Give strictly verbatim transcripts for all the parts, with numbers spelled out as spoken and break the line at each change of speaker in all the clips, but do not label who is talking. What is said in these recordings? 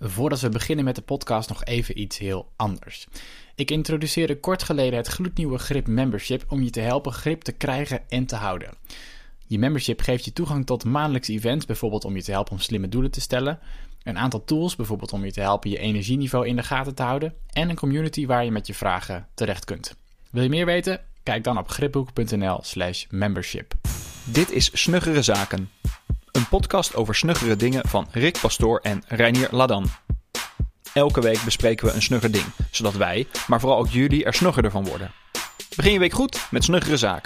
Voordat we beginnen met de podcast nog even iets heel anders. Ik introduceerde kort geleden het gloednieuwe Grip Membership om je te helpen grip te krijgen en te houden. Je membership geeft je toegang tot maandelijkse events, bijvoorbeeld om je te helpen om slimme doelen te stellen. Een aantal tools, bijvoorbeeld om je te helpen je energieniveau in de gaten te houden. En een community waar je met je vragen terecht kunt. Wil je meer weten? Kijk dan op gripboek.nl slash membership.
Dit is Snuggere Zaken. Een podcast over snuggere dingen van Rick Pastoor en Reinier Ladan. Elke week bespreken we een snugger ding, zodat wij, maar vooral ook jullie, er snuggerder van worden. Begin je week goed met Snuggere Zaken.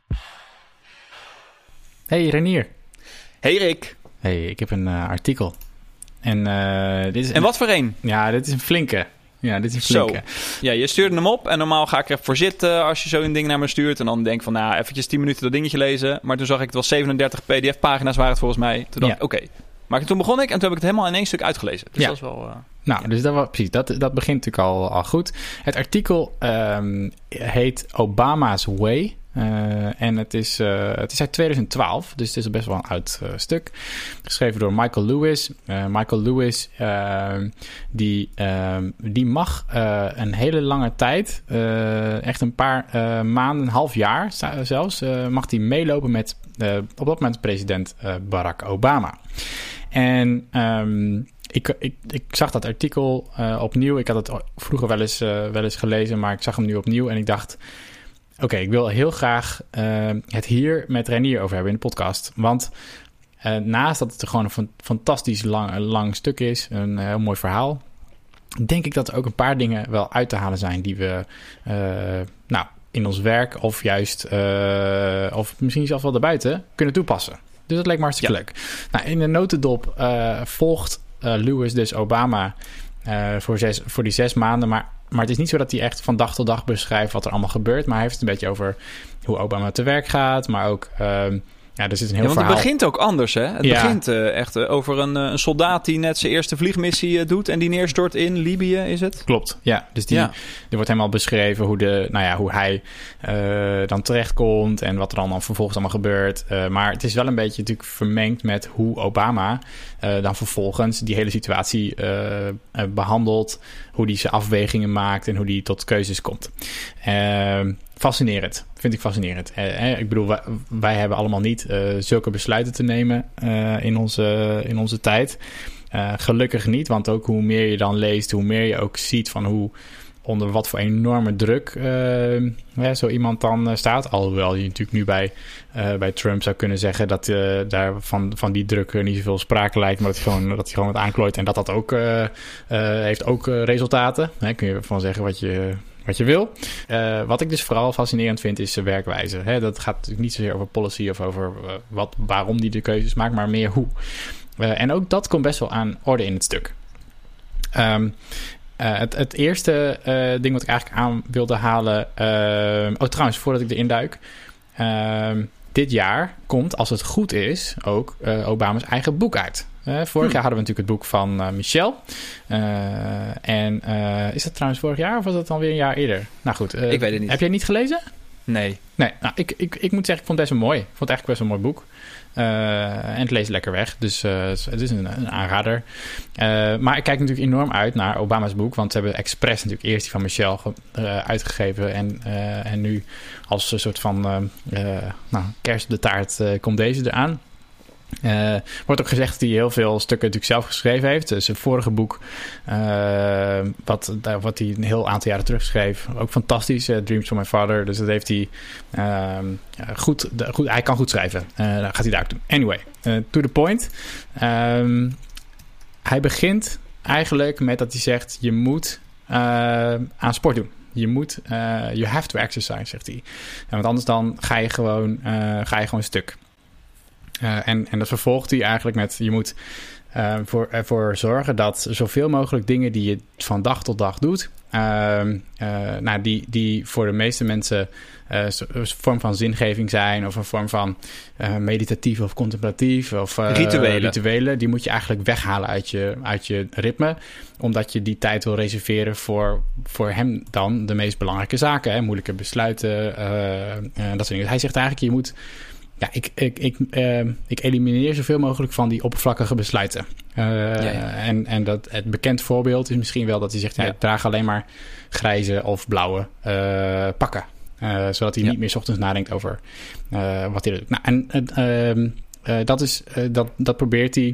Hey Reinier.
Hey Rick.
Hey, ik heb een uh, artikel. En, uh, dit is
en wat voor een?
Ja, dit is een flinke. Ja, dit is een flinke.
Zo. Ja, je stuurde hem op en normaal ga ik er even voor zitten als je zo'n ding naar me stuurt. En dan denk ik van, nou, eventjes tien minuten dat dingetje lezen. Maar toen zag ik, het was zevenendertig P D F-pagina's waren het volgens mij. Toen dacht
ja.
ik, oké. Okay. Maar toen begon ik en toen heb ik het helemaal in één stuk uitgelezen. Dus
ja.
dat is wel... Uh,
nou, dus dat, was, precies, dat, dat begint natuurlijk al, al goed. Het artikel um, heet Obama's Way. Uh, en het is, uh, het is uit tweeduizend twaalf, dus het is best wel een oud uh, stuk. Geschreven door Michael Lewis. Uh, Michael Lewis, uh, die, uh, die mag uh, een hele lange tijd, uh, echt een paar uh, maanden, een half jaar zelfs, uh, mag hij meelopen met uh, op dat moment president uh, Barack Obama. En um, ik, ik, ik zag dat artikel uh, opnieuw. Ik had het vroeger wel eens, uh, wel eens gelezen, maar ik zag hem nu opnieuw en ik dacht... Oké, okay, ik wil heel graag uh, het hier met Reinier over hebben in de podcast. Want uh, naast dat het gewoon een fan- fantastisch lang, lang stuk is, een uh, heel mooi verhaal, denk ik dat er ook een paar dingen wel uit te halen zijn die we uh, nou, in ons werk of juist, uh, of misschien zelfs wel daarbuiten, kunnen toepassen. Dus dat leek me hartstikke ja. leuk. Nou, in de notendop uh, volgt uh, Lewis dus Obama uh, voor, zes, voor die zes maanden, maar... Maar het is niet zo dat hij echt van dag tot dag beschrijft wat er allemaal gebeurt. Maar hij heeft het een beetje over hoe Obama te werk gaat. Maar ook, um, ja, er zit een heel
ja, want
verhaal...
het begint ook anders, hè? Het
ja.
begint uh, echt uh, over een, uh, een soldaat die net zijn eerste vliegmissie uh, doet... en die neerstort in Libië, is het?
Klopt, ja. Dus die,
ja.
er wordt helemaal beschreven hoe, de, nou ja, hoe hij uh, dan terechtkomt... en wat er dan, dan vervolgens allemaal gebeurt. Uh, maar het is wel een beetje natuurlijk vermengd met hoe Obama... Uh, dan vervolgens die hele situatie uh, uh, behandelt... hoe die zijn afwegingen maakt en hoe die tot keuzes komt. Uh, fascinerend, vind ik fascinerend. Uh, ik bedoel, wij, wij hebben allemaal niet uh, zulke besluiten te nemen uh, in, onze, in onze tijd. Uh, gelukkig niet, want ook hoe meer je dan leest... hoe meer je ook ziet van hoe... onder wat voor enorme druk uh, ja, zo iemand dan uh, staat. Alhoewel je natuurlijk nu bij, uh, bij Trump zou kunnen zeggen... dat uh, daar van, van die druk uh, niet zoveel sprake lijkt... maar dat hij gewoon, dat hij gewoon wat aanklooit. En dat dat ook uh, uh, heeft ook uh, resultaten. Daar kun je van zeggen wat je, wat je wil. Uh, wat ik dus vooral fascinerend vind is zijn werkwijze. Hè, dat gaat natuurlijk niet zozeer over policy of over uh, wat, waarom die de keuzes maakt... maar meer hoe. Uh, en ook dat komt best wel aan orde in het stuk. Um, Uh, het, het eerste uh, ding wat ik eigenlijk aan wilde halen... Uh, oh, trouwens, voordat ik erin duik... Uh, dit jaar komt, als het goed is, ook uh, Obama's eigen boek uit. Uh, vorig hm. jaar hadden we natuurlijk het boek van uh, Michelle. Uh, en uh, is dat trouwens vorig jaar of was dat dan weer een jaar eerder? Nou goed. Uh,
ik weet het niet.
Heb jij niet gelezen?
Nee.
Nee, nou, ik, ik, ik moet zeggen, ik vond het best wel mooi. Ik vond het eigenlijk best wel een mooi boek. Uh, en het leest lekker weg. Dus uh, het is een, een aanrader. Uh, maar ik kijk natuurlijk enorm uit naar Obama's boek. Want ze hebben expres natuurlijk eerst die van Michelle uh, uitgegeven. En, uh, en nu als een soort van uh, uh, nou, kerst op de taart uh, komt deze eraan. Uh, wordt ook gezegd dat hij heel veel stukken natuurlijk zelf geschreven heeft. Dus zijn vorige boek, uh, wat, wat hij een heel aantal jaren terug schreef, ook fantastisch, uh, Dreams from My Father. Dus dat heeft hij uh, goed, goed... Hij kan goed schrijven. Uh, dat gaat hij daar ook doen. Anyway, uh, to the point. Um, hij begint eigenlijk met dat hij zegt, je moet uh, aan sport doen. Je moet, uh, you have to exercise, zegt hij. En want anders dan ga je gewoon, uh, ga je gewoon stuk. Uh, en, en dat vervolgt hij eigenlijk met... je moet uh, voor, ervoor zorgen dat zoveel mogelijk dingen... die je van dag tot dag doet... Uh, uh, nou, die, die voor de meeste mensen uh, een vorm van zingeving zijn... of een vorm van uh, meditatief of contemplatief... of uh,
rituelen.
rituelen, die moet je eigenlijk weghalen uit je, uit je ritme... omdat je die tijd wil reserveren voor, voor hem dan de meest belangrijke zaken. Hè? Moeilijke besluiten, uh, uh, dat soort dingen. Hij zegt eigenlijk, je moet... ja, ik, ik, ik, uh, ik elimineer zoveel mogelijk van die oppervlakkige besluiten. Uh, ja, ja. En, en dat, het bekend voorbeeld is misschien wel dat hij zegt... Ja, ja. ik draag alleen maar grijze of blauwe uh, pakken. Uh, zodat hij ja. niet meer 's ochtends nadenkt over uh, wat hij doet. Nou, en uh, uh, dat, is, uh, dat, dat probeert hij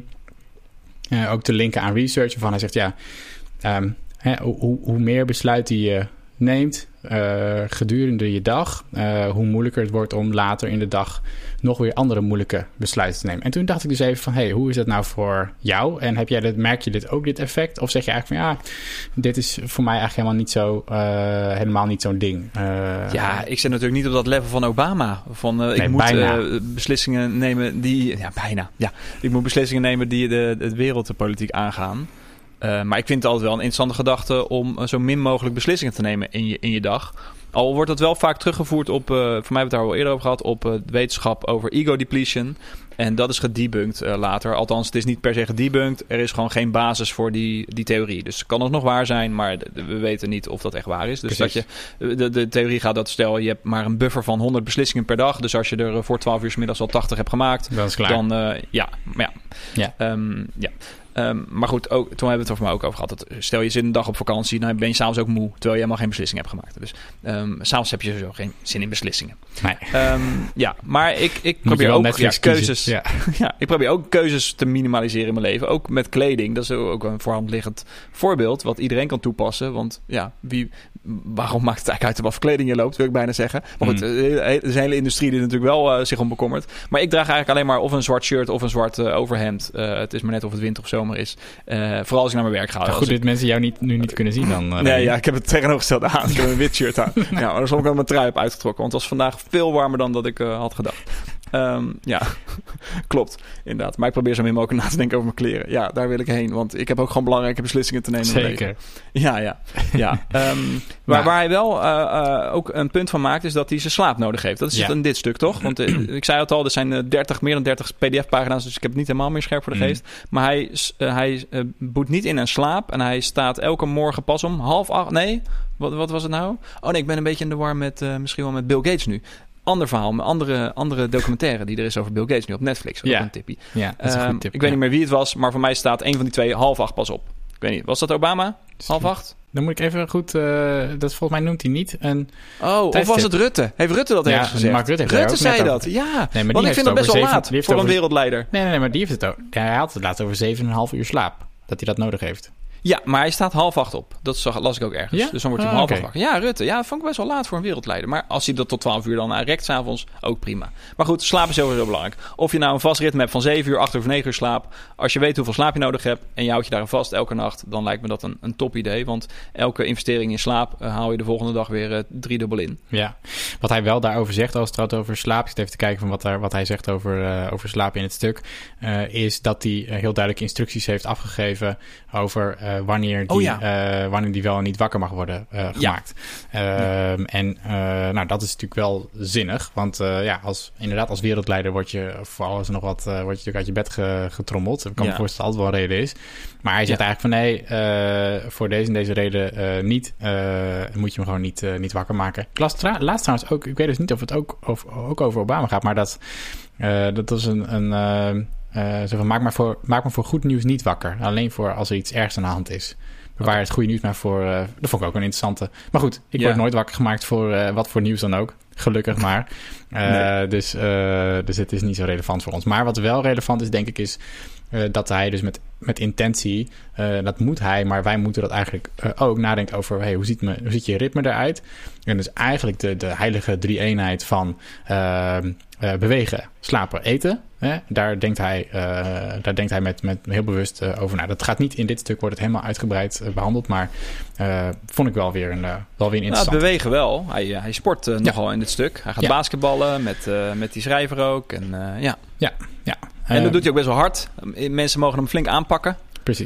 uh, ook te linken aan research. Waarvan hij zegt, ja, um, hè, hoe, hoe meer besluiten je neemt uh, gedurende je dag... Uh, hoe moeilijker het wordt om later in de dag nog weer andere moeilijke besluiten te nemen. En toen dacht ik dus even van, hey, hoe is dat nou voor jou? En heb jij dit, merk je dit ook, dit effect? Of zeg je eigenlijk van, ja, dit is voor mij eigenlijk helemaal niet zo, uh, helemaal niet zo'n ding. Uh,
ja, ik zit natuurlijk niet op dat level van Obama. Van, uh, nee, ik moet uh, beslissingen nemen die, ja, bijna. Ja, ik moet beslissingen nemen die de, de wereldpolitiek aangaan. Uh, maar ik vind het altijd wel een interessante gedachte om uh, zo min mogelijk beslissingen te nemen in je, in je dag. Al wordt dat wel vaak teruggevoerd op, uh, voor mij hebben we het daar al eerder over gehad, op uh, wetenschap over ego depletion. En dat is gedebunked uh, later. Althans, het is niet per se gedebunked. Er is gewoon geen basis voor die, die theorie. Dus het kan alsnog waar zijn, maar de, de, we weten niet of dat echt waar is. Dus dat je, de, de theorie gaat dat, stel je hebt maar een buffer van honderd beslissingen per dag. Dus als je er voor twaalf uur 's middags al tachtig hebt gemaakt,
dat is klaar.
Dan uh, ja, maar ja. ja. Um, ja. Um, maar goed, ook, toen hebben we het er voor mij ook over gehad. Dat, stel je zit een dag op vakantie, dan ben je s'avonds ook moe, terwijl je helemaal geen beslissing hebt gemaakt. Dus um, s'avonds heb je sowieso geen zin in beslissingen.
Nee.
Um, ja, maar ik, ik probeer ook ja, keuzes. Ja. ja, ik probeer ook keuzes te minimaliseren in mijn leven. Ook met kleding. Dat is ook een voorhand liggend voorbeeld wat iedereen kan toepassen. Want ja, wie, waarom maakt het eigenlijk uit wat voor kleding je loopt, wil ik bijna zeggen. Maar goed, mm. er is een hele industrie die er natuurlijk wel uh, zich om bekommert. Maar ik draag eigenlijk alleen maar of een zwart shirt of een zwart uh, overhemd. Uh, het is maar net of het winter of zomer is. Uh, vooral als ik naar mijn werk ga.
Ja, goed,
als
dit
ik...
mensen jou niet, nu niet kunnen zien dan. Uh,
nee, ja, ik heb het tegenovergestelde aan. Ik heb een wit shirt aan. Ja, maar dan zal ik wel mijn trui heb uitgetrokken. Want het was vandaag veel warmer dan dat ik uh, had gedacht. Um, ja, klopt. Inderdaad. Maar ik probeer zo min mogelijk na te denken over mijn kleren. Ja, daar wil ik heen. Want ik heb ook gewoon belangrijke beslissingen te nemen.
Zeker.
Ja, ja. ja. Um, waar, waar hij wel uh, uh, ook een punt van maakt, is dat hij zijn slaap nodig heeft. Dat is ja. in dit stuk, toch? Want uh, ik zei het al, er zijn uh, dertig, meer dan dertig P D F-pagina's. Dus ik heb het niet helemaal meer scherp voor de geest. Mm. Maar hij, uh, hij uh, boet niet in aan slaap. En hij staat elke morgen pas om half acht. Nee, wat, wat was het nou? Oh nee, ik ben een beetje in de war met uh, misschien wel met Bill Gates nu. Ander verhaal, met andere, andere documentaire die er is over Bill Gates nu op Netflix. Ook
ja.
een tippie.
Ja, dat is een
um,
goed tip.
Ik weet
ja.
niet meer wie het was, maar voor mij staat een van die twee half acht pas op. Ik weet niet, was dat Obama? Half acht?
Dan moet ik even goed... Uh, dat volgens mij noemt hij niet een...
Oh, of was het Rutte? Heeft Rutte dat
ja,
ergens gezegd?
Mark Rutte, heeft
Rutte zei dat,
over.
ja.
Nee,
want ik vind dat best wel laat voor
over,
een wereldleider.
Nee, nee, nee, maar die heeft het ook. Ja, hij had het laatst over zeven komma vijf uur slaap. Dat hij dat nodig heeft.
Ja, maar hij staat half acht op. Dat zag, las ik ook ergens.
Ja?
Dus dan wordt hij
ah,
om half
okay.
acht wakker. Ja, Rutte. Ja, dat vond ik best wel laat voor een wereldleider. Maar als hij dat tot twaalf uur dan rekt 's avonds, ook prima. Maar goed, slaap is sowieso belangrijk. Of je nou een vast ritme hebt van zeven uur, acht uur of negen uur slaap. Als je weet hoeveel slaap je nodig hebt en je houdt je daar vast elke nacht, dan lijkt me dat een, een top idee. Want elke investering in slaap uh, haal je de volgende dag weer uh, driedubbel in.
Ja, wat hij wel daarover zegt als het gaat over slaap, ik zit even te kijken van wat, daar, wat hij zegt over, uh, over slaap in het stuk, uh, is dat hij uh, heel duidelijk instructies heeft afgegeven over uh, wanneer die... Oh ja. Uh, wanneer die wel en niet wakker mag worden uh, gemaakt. Ja. Uh, en uh, nou, dat is natuurlijk wel zinnig. Want uh, ja, als, inderdaad, als wereldleider word je voor alles nog wat, uh, word je natuurlijk uit je bed ge, getrommeld. Ik kan ja. me voorstellen dat het altijd wel een reden is. Maar hij zegt ja. eigenlijk van nee, uh, voor deze en deze reden uh, niet. Uh, moet je hem gewoon niet, uh, niet wakker maken. Ik las tra- laatst trouwens ook, ik weet dus niet of het ook, of, ook over Obama gaat, maar dat, uh, dat was een... een uh, Uh, zo van, maak, maar voor, maak maar voor goed nieuws niet wakker. Alleen voor als er iets ergs aan de hand is. Bewaar okay. het goede nieuws maar voor... Uh, dat vond ik ook een interessante. Maar goed, ik ja. word nooit wakker gemaakt voor uh, wat voor nieuws dan ook. Gelukkig maar. Uh, nee. dus, uh, dus het is niet zo relevant voor ons. Maar wat wel relevant is, denk ik, is... Uh, dat hij dus met, met intentie... Uh, dat moet hij, maar wij moeten dat eigenlijk uh, ook nadenken over... Hey, hoe, ziet me, hoe ziet je ritme eruit? En dus eigenlijk de, de heilige drie-eenheid van... Uh, uh, bewegen, slapen, eten... Hè? Daar denkt hij, uh, daar denkt hij met, met heel bewust uh, over na. Dat gaat niet in dit stuk, wordt het helemaal uitgebreid uh, behandeld. Maar uh, vond ik wel weer een, uh, wel weer een interessant.
Nou, bewegen wel. Hij, hij sport uh, nogal ja. in dit stuk. Hij gaat ja. basketballen met, uh, met die schrijver ook. En, uh, ja.
Ja, ja.
En dat uh, doet hij ook best wel hard. Mensen mogen hem flink aanpakken.
Precies.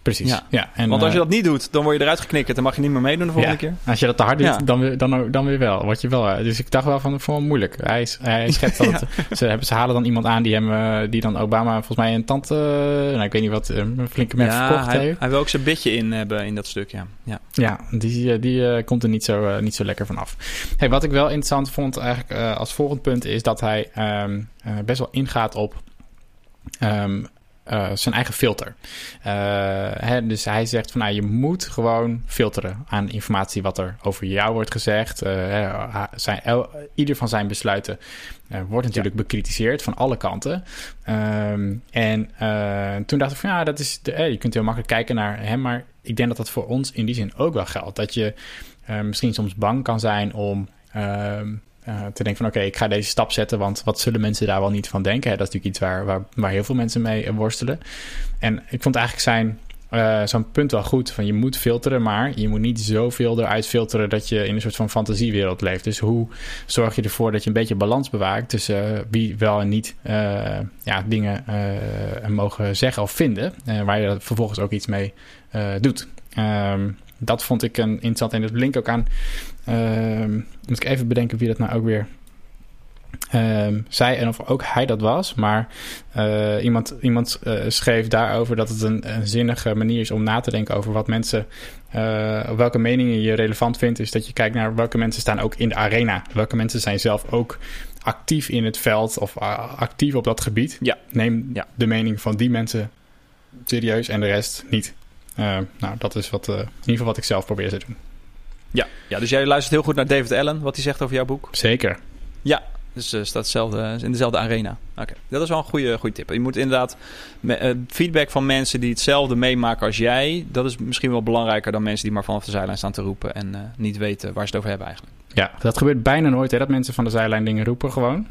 precies.
Ja.
Ja, en,
Want als je
uh,
dat niet doet, dan word je eruit geknikkerd. Dan mag je niet meer meedoen de volgende
ja,
keer.
als je dat te hard doet,
Ja.
dan, weer, dan, dan weer wel. Word je wel. Dus ik dacht wel van, van moeilijk. Hij, is, hij schetst dat
Ja.
het, ze, hebben, ze halen dan iemand aan die hem, uh, die dan Obama volgens mij een tand, uh, nou, ik weet niet wat, een flinke merk
Ja,
verkocht
hij,
heeft.
hij wil ook zijn bitje in hebben in dat stuk, ja. Ja,
Ja, die, uh, die uh, komt er niet zo, uh, niet zo lekker van af. Hey, wat ik wel interessant vond eigenlijk uh, als volgend punt is dat hij um, uh, best wel ingaat op um, uh, zijn eigen filter. Uh, hè, dus hij zegt van nou, je moet gewoon filteren aan informatie wat er over jou wordt gezegd. Uh, zijn, el, ieder van zijn besluiten uh, wordt natuurlijk ja. bekritiseerd van alle kanten. Um, en uh, toen dacht ik van ja, dat is de, eh, je kunt heel makkelijk kijken naar hem, maar ik denk dat dat voor ons in die zin ook wel geldt. Dat je uh, misschien soms bang kan zijn om Uh, uh, te denken van oké, okay, ik ga deze stap zetten, want wat zullen mensen daar wel niet van denken? Hè? Dat is natuurlijk iets waar, waar, waar heel veel mensen mee worstelen. En ik vond eigenlijk zijn uh, zo'n punt wel goed, van je moet filteren, maar je moet niet zoveel eruit filteren dat je in een soort van fantasiewereld leeft. Dus hoe zorg je ervoor dat je een beetje balans bewaakt tussen uh, wie wel en niet uh, ja, dingen uh, mogen zeggen of vinden, uh, waar je vervolgens ook iets mee uh, doet. Um, Dat vond ik een interessant. En dat linkt ook aan. Uh, moet ik even bedenken wie dat nou ook weer uh, zei. En of ook hij dat was. Maar uh, iemand, iemand uh, schreef daarover dat het een, een zinnige manier is om na te denken over wat mensen. Uh, welke meningen je relevant vindt. Is dat je kijkt naar welke mensen staan ook in de arena. Welke mensen zijn zelf ook actief in het veld. Of uh, actief op dat gebied.
Ja.
Neem
ja.
de mening van die mensen serieus en de rest niet. Uh, nou, dat is wat, uh, in ieder geval wat ik zelf probeer te doen.
Ja, ja, dus jij luistert heel goed naar David Allen, wat hij zegt over jouw boek.
Zeker.
Ja, dus uh, staat hetzelfde, in dezelfde arena. Oké, okay. Dat is wel een goede, goede tip. Je moet inderdaad me, uh, feedback van mensen die hetzelfde meemaken als jij. Dat is misschien wel belangrijker dan mensen die maar vanaf de zijlijn staan te roepen en uh, niet weten waar ze het over hebben eigenlijk.
Ja, dat gebeurt bijna nooit, hè, dat mensen van de zijlijn dingen roepen gewoon.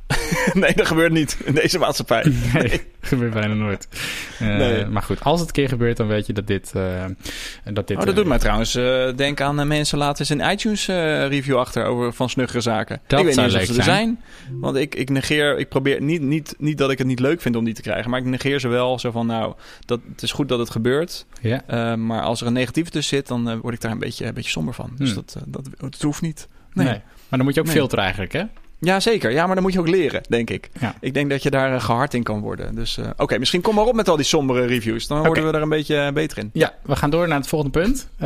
Nee, dat gebeurt niet in deze maatschappij.
Nee, dat gebeurt bijna nooit. Uh, nee. Maar goed, als het een keer gebeurt, dan weet je dat dit... Uh, dat dit
oh, dat uh, doet mij trouwens uh, denken aan uh, mensen laten eens een iTunes uh, review achter over van snuggere zaken.
Dat
ik weet
zou
niet of
leuk
ze er
zijn.
zijn. Want ik, ik negeer, ik probeer niet, niet, niet dat ik het niet leuk vind om die te krijgen, maar ik negeer ze wel zo van, nou, dat, het is goed dat het gebeurt.
Ja.
Uh, maar als er een negatief tussen zit, dan uh, word ik daar een beetje, een beetje somber van. Hmm. Dus dat, uh, dat, dat hoeft niet. Nee.
nee. Maar dan moet je ook nee. filteren eigenlijk, hè?
Ja, zeker. Ja, maar dan moet je ook leren, denk ik.
Ja.
Ik denk dat je daar uh, gehard in kan worden. Dus uh, oké, okay, misschien kom maar op met al die sombere reviews. Dan worden okay. we er een beetje uh, beter in.
Ja, we gaan door naar het volgende punt. Uh,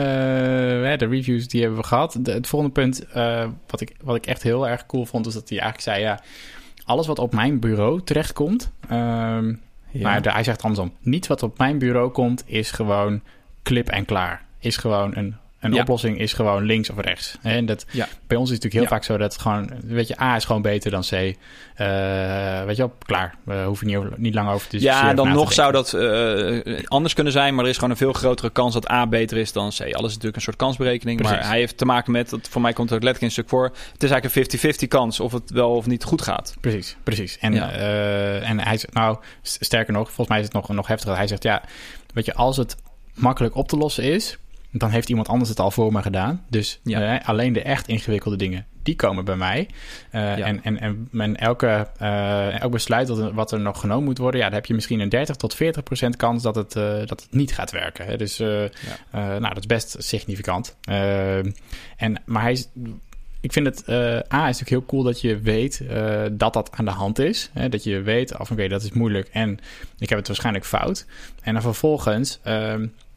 de reviews die hebben we gehad. De, het volgende punt, uh, wat, ik, wat ik echt heel erg cool vond, is dat hij eigenlijk zei, ja, alles wat op mijn bureau terechtkomt, um, ja. maar de, hij zegt andersom, niet wat op mijn bureau komt, is gewoon klip en klaar. Is gewoon een Een ja. oplossing is gewoon links of rechts. En dat,
ja.
Bij ons is het natuurlijk heel
ja.
vaak zo dat het gewoon... Weet je, A is gewoon beter dan C. Uh, weet je wel, klaar. We hoeven niet, over, niet lang over te discussiëren.
Ja, dan nog zou dat uh, anders kunnen zijn... maar er is gewoon een veel grotere kans dat A beter is dan C. Alles is natuurlijk een soort kansberekening... Precies. Maar hij heeft te maken met... Dat, voor mij komt er letterlijk een stuk voor... Het is eigenlijk een fifty-fifty kans of het wel of niet goed gaat.
Precies, precies. En,
ja.
uh, en hij zegt... Nou, sterker nog, volgens mij is het nog, nog heftiger. Hij zegt, ja, weet je, als het makkelijk op te lossen is... dan heeft iemand anders het al voor me gedaan. Dus ja. uh, alleen de echt ingewikkelde dingen, die komen bij mij. Uh, ja. En, en, en, en elke, uh, elk besluit dat er, wat er nog genomen moet worden... ja, dan heb je misschien een dertig tot veertig procent kans dat het, uh, dat het niet gaat werken. Hè? Dus uh, ja. uh, nou, dat is best significant. Uh, en, maar hij is... Ik vind het, uh, A, is natuurlijk heel cool dat je weet uh, dat dat aan de hand is. Hè? Dat je weet, af en toe, dat is moeilijk en ik heb het waarschijnlijk fout. En dan vervolgens... Uh,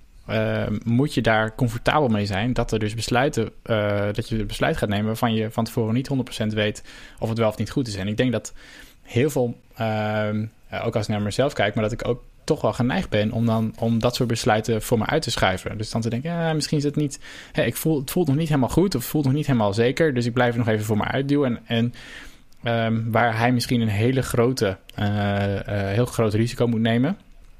Uh, moet je daar comfortabel mee zijn dat er dus besluiten, uh, dat je het besluit gaat nemen waarvan je van tevoren niet honderd procent weet of het wel of niet goed is. En ik denk dat heel veel, uh, ook als ik naar mezelf kijk, maar dat ik ook toch wel geneigd ben om dan om dat soort besluiten voor me uit te schuiven. Dus dan te denken, ja, misschien is het niet, hè, ik voel, het voelt nog niet helemaal goed of het voelt nog niet helemaal zeker, dus ik blijf het nog even voor me uitduwen. En, en um, waar hij misschien een hele grote, uh, uh, heel groot risico moet nemen,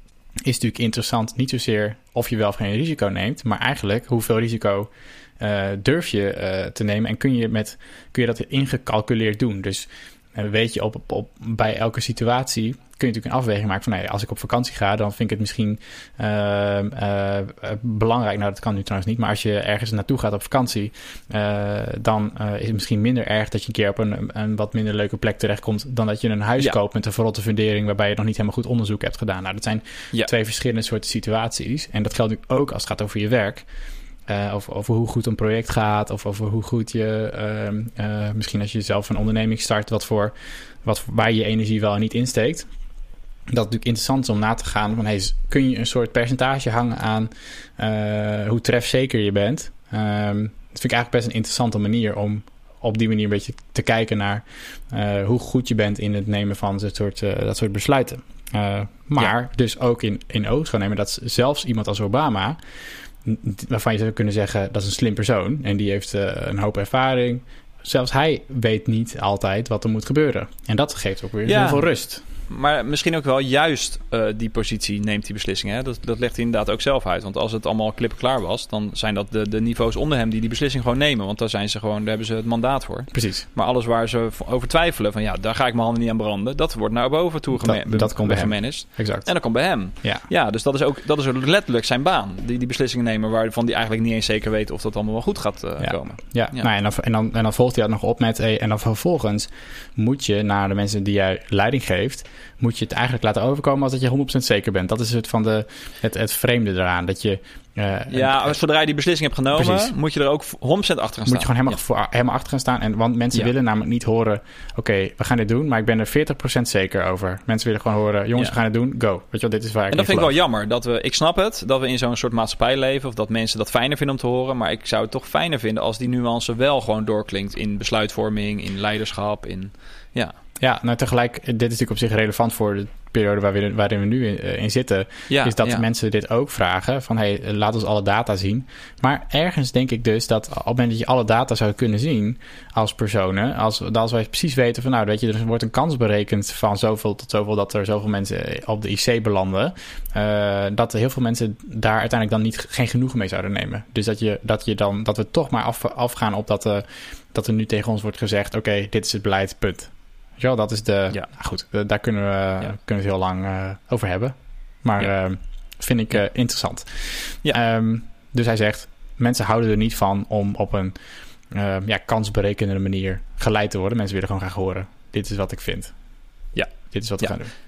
is natuurlijk interessant, niet zozeer of je wel of geen risico neemt, maar eigenlijk hoeveel risico uh, durf je uh, te nemen en kun je, met, kun je dat ingecalculeerd doen. Dus En weet je, op, op, op, bij elke situatie kun je natuurlijk een afweging maken van... Nee, als ik op vakantie ga, dan vind ik het misschien uh, uh, belangrijk... Nou, dat kan nu trouwens niet, maar als je ergens naartoe gaat op vakantie... Uh, dan uh, is het misschien minder erg dat je een keer op een, een wat minder leuke plek terechtkomt... dan dat je een huis ja. koopt met een verrotte fundering... waarbij je nog niet helemaal goed onderzoek hebt gedaan. Nou, dat zijn ja. twee verschillende soorten situaties. En dat geldt nu ook als het gaat over je werk... Uh, over, over hoe goed een project gaat... of over hoe goed je... Uh, uh, misschien als je zelf een onderneming start... Wat voor, wat voor, waar je energie wel en niet insteekt... Dat het natuurlijk interessant is om na te gaan... van hey, kun je een soort percentage hangen aan... Uh, hoe trefzeker je bent. Um, dat vind ik eigenlijk best een interessante manier... om op die manier een beetje te kijken naar... Uh, hoe goed je bent in het nemen van dat soort, uh, dat soort besluiten. Uh, maar ja. dus ook in, in oog gaan nemen... dat zelfs iemand als Obama... waarvan je zou kunnen zeggen... dat is een slim persoon... en die heeft uh, een hoop ervaring... zelfs hij weet niet altijd wat er moet gebeuren. En dat geeft ook weer ja. heel veel rust.
Maar misschien ook wel juist uh, die positie neemt die beslissingen. Hè? Dat, dat legt hij inderdaad ook zelf uit. Want als het allemaal klippenklaar was... dan zijn dat de, de niveaus onder hem die die beslissing gewoon nemen. Want daar, zijn ze gewoon, daar hebben ze het mandaat voor.
Precies.
Maar alles waar ze over twijfelen... van ja, daar ga ik mijn handen niet aan branden... dat wordt naar boven toe gema-
dat, dat komt bij
gemanaged.
Hem. Exact.
En dat komt bij hem.
Ja,
ja dus dat is ook dat is ook letterlijk zijn baan. Die, die beslissingen nemen waarvan hij eigenlijk niet eens zeker weet... of dat allemaal wel goed gaat uh,
ja.
komen.
Ja, ja. Nou, en, dan, en, dan, en dan volgt hij dat nog op met... Hey, en dan vervolgens moet je naar de mensen die jij leiding geeft... moet je het eigenlijk laten overkomen als dat je honderd procent zeker bent. Dat is het van de, het, het vreemde eraan. Dat je, uh,
ja,
uh,
zodra je die beslissing hebt genomen... Precies. moet je er ook honderd procent achter gaan staan.
Moet je gewoon helemaal, ja. voor, helemaal achter gaan staan. En, want mensen ja. willen namelijk niet horen... oké, okay, we gaan dit doen, maar ik ben er veertig procent zeker over. Mensen willen gewoon horen... jongens, ja. we gaan het doen, go. Weet je wel, dit is waar ik
En dat vind
geloof.
ik wel jammer. Dat we, ik snap het, dat we in zo'n soort maatschappij leven... of dat mensen dat fijner vinden om te horen... maar ik zou het toch fijner vinden... als die nuance wel gewoon doorklinkt... in besluitvorming, in leiderschap, in... ja.
Ja, nou tegelijk, dit is natuurlijk op zich relevant voor de periode waar we, waarin we nu in, uh, in zitten... Ja, is dat ja. mensen dit ook vragen van... hey, laat ons alle data zien. Maar ergens denk ik dus dat op het moment dat je alle data zou kunnen zien... als personen, als, als wij precies weten van... nou, weet je, er wordt een kans berekend van zoveel tot zoveel... dat er zoveel mensen op de I C belanden... Uh, dat heel veel mensen daar uiteindelijk dan niet, geen genoegen mee zouden nemen. Dus dat, je, dat, je dan, dat we toch maar af, afgaan op dat, uh, dat er nu tegen ons wordt gezegd... oké, okay, dit is het beleid, punt. Ja, dat is de... Ja. Nou goed, daar kunnen we, ja. kunnen we het heel lang uh, over hebben. Maar ja. uh, vind ik uh, interessant. Ja. Um, dus hij zegt, mensen houden er niet van om op een uh, ja, kansberekenende manier geleid te worden. Mensen willen gewoon graag horen. Dit is wat ik vind.
Ja.
Dit is wat we
ja.
gaan doen.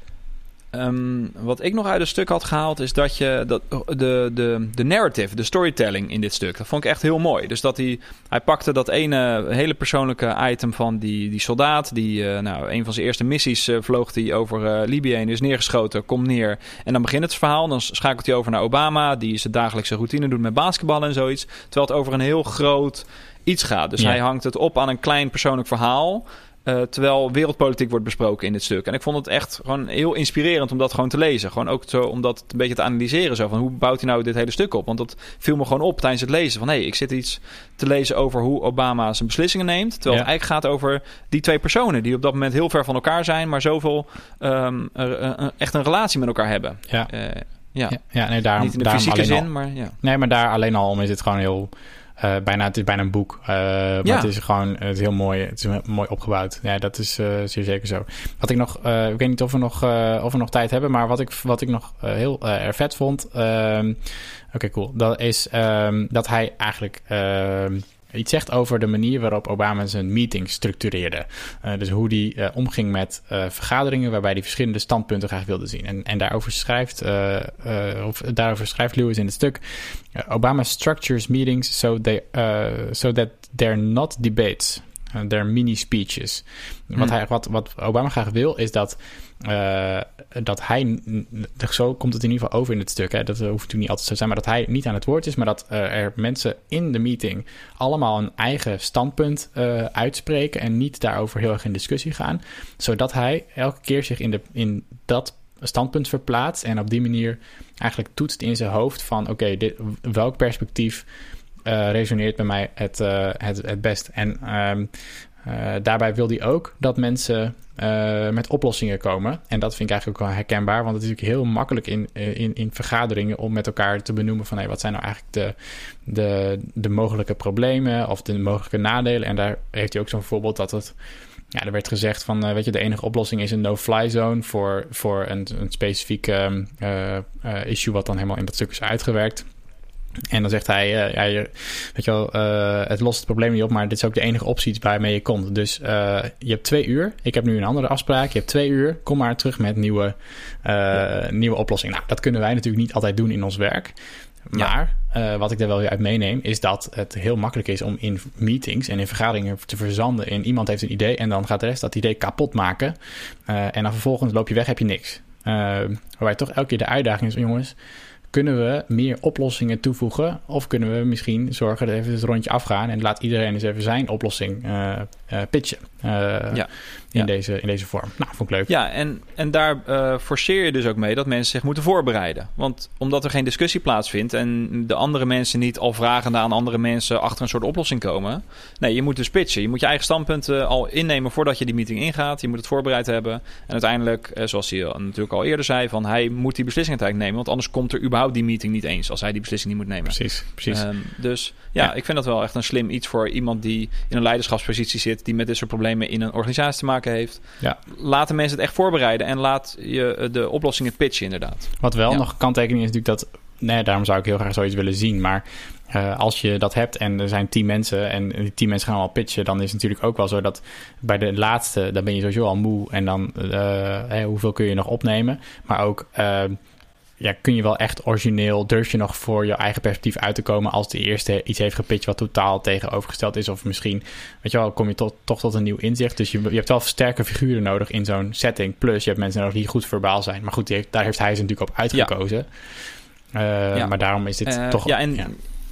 Um, wat ik nog uit het stuk had gehaald... is dat je dat, de, de, de narrative, de storytelling in dit stuk... dat vond ik echt heel mooi. Dus dat hij, hij pakte dat ene hele persoonlijke item van die, die soldaat... die uh, nou, een van zijn eerste missies uh, vloog hij over uh, Libië... en is neergeschoten, komt neer... en dan begint het verhaal. Dan schakelt hij over naar Obama... die zijn dagelijkse routine doet met basketballen en zoiets... terwijl het over een heel groot iets gaat. Dus ja. hij hangt het op aan een klein persoonlijk verhaal... Uh, terwijl wereldpolitiek wordt besproken in dit stuk. En ik vond het echt gewoon heel inspirerend om dat gewoon te lezen. Gewoon ook zo, om dat een beetje te analyseren. Zo van, hoe bouwt hij nou dit hele stuk op? Want dat viel me gewoon op tijdens het lezen. Van hé, hey, ik zit iets te lezen over hoe Obama zijn beslissingen neemt. Terwijl ja. het eigenlijk gaat over die twee personen... die op dat moment heel ver van elkaar zijn... maar zoveel um, er, uh, echt een relatie met elkaar hebben.
Ja,
uh, ja.
ja, ja nee, daarom,
niet in de
daarom
fysieke zin,
al,
maar ja.
Nee, maar daar alleen al om is het gewoon heel... Uh, bijna, het is bijna een boek. Uh, maar ja. het is gewoon het is heel mooi. Het is mooi opgebouwd. Ja, dat is uh, zeer zeker zo. Wat ik nog, uh, ik weet niet of we nog, uh, of we nog tijd hebben, maar wat ik, wat ik nog uh, heel uh, erg vet vond. Uh, Oké, okay, cool. Dat is um, dat hij eigenlijk uh, iets zegt over de manier waarop Obama zijn meeting structureerde. Uh, dus hoe die uh, omging met uh, vergaderingen waarbij hij verschillende standpunten graag wilde zien. En, en daarover schrijft, uh, uh, of daarover schrijft Lewis in het stuk. Uh, Obama structures meetings so, they, uh, so that they're not debates. Uh, they're mini-speeches. Hmm. Wat, hij, wat, wat Obama graag wil, is dat, uh, dat hij... Zo komt het in ieder geval over in het stuk. Hè? Dat hoeft natuurlijk niet altijd zo te zijn. Maar dat hij niet aan het woord is. Maar dat uh, er mensen in de meeting... allemaal een eigen standpunt uh, uitspreken... en niet daarover heel erg in discussie gaan. Zodat hij elke keer zich in, de, in dat standpunt verplaatst... en op die manier eigenlijk toetst in zijn hoofd van... oké, okay, welk perspectief... Uh, resoneert bij mij het, uh, het, het best. En um, uh, daarbij wil hij ook dat mensen uh, met oplossingen komen. En dat vind ik eigenlijk ook wel herkenbaar. Want het is natuurlijk heel makkelijk in, in, in vergaderingen... om met elkaar te benoemen van... Hey, wat zijn nou eigenlijk de, de, de mogelijke problemen... of de mogelijke nadelen. En daar heeft hij ook zo'n voorbeeld dat het... ja, er werd gezegd van, uh, weet je, de enige oplossing is een no-fly zone voor, voor een, een specifiek uh, uh, issue wat dan helemaal in dat stuk is uitgewerkt. En dan zegt hij, uh, ja, je, weet je wel, uh, het lost het probleem niet op, maar dit is ook de enige optie waarmee je komt. Dus uh, je hebt twee uur. Ik heb nu een andere afspraak. Je hebt twee uur. Kom maar terug met nieuwe, uh, ja. nieuwe oplossing. Nou, dat kunnen wij natuurlijk niet altijd doen in ons werk. Maar ja. uh, wat ik daar wel weer uit meeneem, is dat het heel makkelijk is om in meetings en in vergaderingen te verzanden in iemand heeft een idee en dan gaat de rest dat idee kapot maken. Uh, en dan vervolgens loop je weg, heb je niks. Uh, waarbij toch elke keer de uitdaging is, jongens, kunnen we meer oplossingen toevoegen? Of kunnen we misschien zorgen dat even het rondje afgaan en laat iedereen eens even zijn oplossing uh, uh, pitchen uh, ja. in, ja. Deze, in deze vorm. Nou, vond ik leuk.
Ja, en, en daar uh, forceer je dus ook mee dat mensen zich moeten voorbereiden. Want omdat er geen discussie plaatsvindt en de andere mensen niet al vragende aan andere mensen achter een soort oplossing komen. Nee, je moet dus pitchen. Je moet je eigen standpunten al innemen voordat je die meeting ingaat. Je moet het voorbereid hebben. En uiteindelijk, uh, zoals hij natuurlijk al eerder zei, van hij moet die beslissing uiteindelijk nemen. Want anders komt er überhaupt die meeting niet eens als hij die beslissing niet moet nemen.
Precies, precies.
Um, dus ja, ja, ik vind dat wel echt een slim iets voor iemand die in een leiderschapspositie zit, die met dit soort problemen in een organisatie te maken heeft.
Ja.
Laat de mensen het echt voorbereiden en laat je de oplossingen pitchen inderdaad.
Wat wel
ja.
nog kanttekening is natuurlijk dat, nee, daarom zou ik heel graag zoiets willen zien, maar uh, als je dat hebt en er zijn tien mensen en die tien mensen gaan al pitchen, dan is het natuurlijk ook wel zo dat bij de laatste, dan ben je sowieso al moe en dan uh, hey, hoeveel kun je nog opnemen, maar ook uh, ja, kun je wel echt origineel, durf je nog voor je eigen perspectief uit te komen als de eerste iets heeft gepitcht wat totaal tegenovergesteld is. Of misschien, weet je wel, kom je tot, toch tot een nieuw inzicht. Dus je, je hebt wel sterke figuren nodig in zo'n setting. Plus je hebt mensen nodig die goed verbaal zijn. Maar goed, die heeft, daar heeft hij ze natuurlijk op uitgekozen. Ja. Uh, ja. Maar daarom is dit uh, toch...
Ja, en... Ja.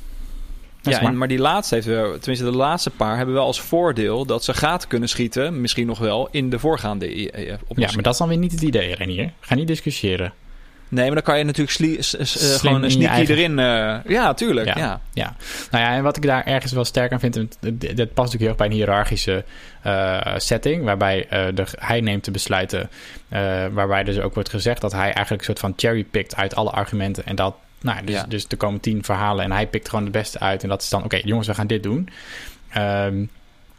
Ja, en, maar die laatste heeft wel, tenminste de laatste paar hebben wel als voordeel dat ze gaten kunnen schieten, misschien nog wel, in de voorgaande oplossing.
Ja, maar dat is dan weer niet het idee, Renier. Ga niet discussiëren.
Nee, maar dan kan je natuurlijk sli- s- s- uh, gewoon een sneaky eigen... erin. Uh, ja, tuurlijk. Ja, ja.
ja. Nou ja, en wat ik daar ergens wel sterk aan vind, dat past natuurlijk heel erg bij een hiërarchische uh, setting, waarbij uh, de, hij neemt de besluiten, uh, waarbij dus ook wordt gezegd dat hij eigenlijk een soort van cherrypikt uit alle argumenten en dat, nou, dus, ja. dus er komen tien verhalen en hij pikt gewoon de beste uit en dat is dan, oké, okay, jongens, we gaan dit doen. Um,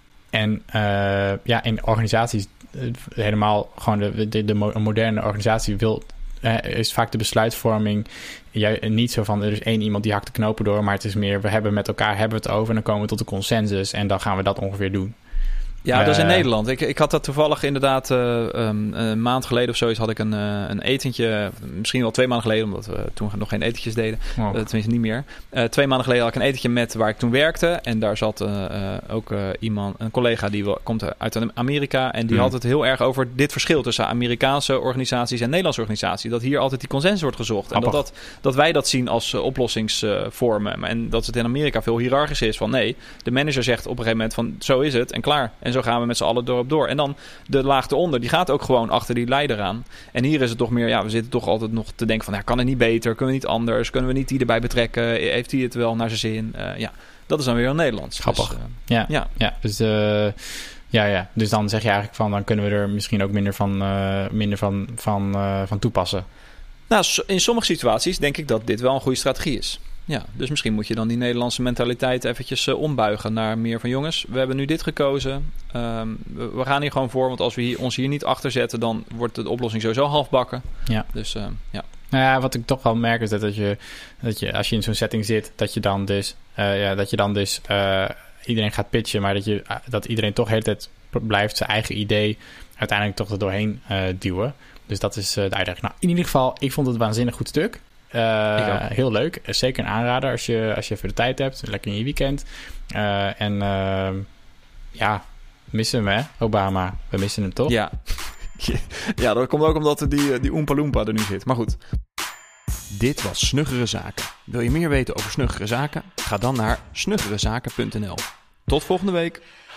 en uh, ja, in organisaties, uh, helemaal gewoon de, de, de moderne organisatie wil... Uh, is vaak de besluitvorming ja, niet zo van er is één iemand die hakt de knopen door, maar het is meer we hebben met elkaar hebben we het over en dan komen we tot een consensus en dan gaan we dat ongeveer doen.
Ja, dat is in uh, Nederland. Ik, ik had dat toevallig inderdaad uh, um, een maand geleden of zoiets had ik een, uh, een etentje. Misschien wel twee maanden geleden, omdat we toen nog geen etentjes deden. Oh. Uh, tenminste niet meer. Uh, twee maanden geleden had ik een etentje met waar ik toen werkte. En daar zat uh, uh, ook uh, iemand, een collega die wel, komt uit Amerika. En die mm. had het heel erg over dit verschil tussen Amerikaanse organisaties en Nederlandse organisaties. Dat hier altijd die consensus wordt gezocht. En dat, dat, dat wij dat zien als uh, oplossingsvormen. Uh, en dat het in Amerika veel hiërarchisch is. Van nee, de manager zegt op een gegeven moment van zo is het en klaar. En zo gaan we met z'n allen erop door. En dan de laag eronder, die gaat ook gewoon achter die leider aan. En hier is het toch meer, ja, we zitten toch altijd nog te denken van, ja, kan het niet beter? Kunnen we niet anders? Kunnen we niet die erbij betrekken? Heeft hij het wel naar zijn zin? Uh, ja, dat is dan weer heel Nederlands.
Grappig.
Dus, uh,
ja, ja. ja, dus uh, ja, ja. Dus dan zeg je eigenlijk van, dan kunnen we er misschien ook minder van, uh, minder van, van, uh, van toepassen.
Nou, in sommige situaties denk ik dat dit wel een goede strategie is. Ja, dus misschien moet je dan die Nederlandse mentaliteit eventjes uh, ombuigen naar meer van jongens, we hebben nu dit gekozen. Um, we, we gaan hier gewoon voor, want als we hier, ons hier niet achter zetten, dan wordt de oplossing sowieso halfbakken.
Ja.
Dus uh, ja.
Nou ja, wat ik toch wel merk is dat, dat, je, dat je, als je in zo'n setting zit, dat je dan dus, uh, ja, dat je dan dus uh, iedereen gaat pitchen, maar dat, je, uh, dat iedereen toch de hele tijd blijft zijn eigen idee uiteindelijk toch er doorheen uh, duwen. Dus dat is uh, de uitdaging. Nou, in ieder geval, ik vond het een waanzinnig goed stuk. Uh, heel leuk. Zeker een aanrader als je, als je even de tijd hebt. Lekker in je weekend. Uh, en uh, ja, missen hem, hè, Obama. We missen hem toch?
Ja, ja, dat komt ook omdat die, die Oompa Loompa er nu zit. Maar goed. Dit was Snuggere Zaken. Wil je meer weten over Snuggere Zaken? Ga dan naar snuggerezaken punt n l. Tot volgende week.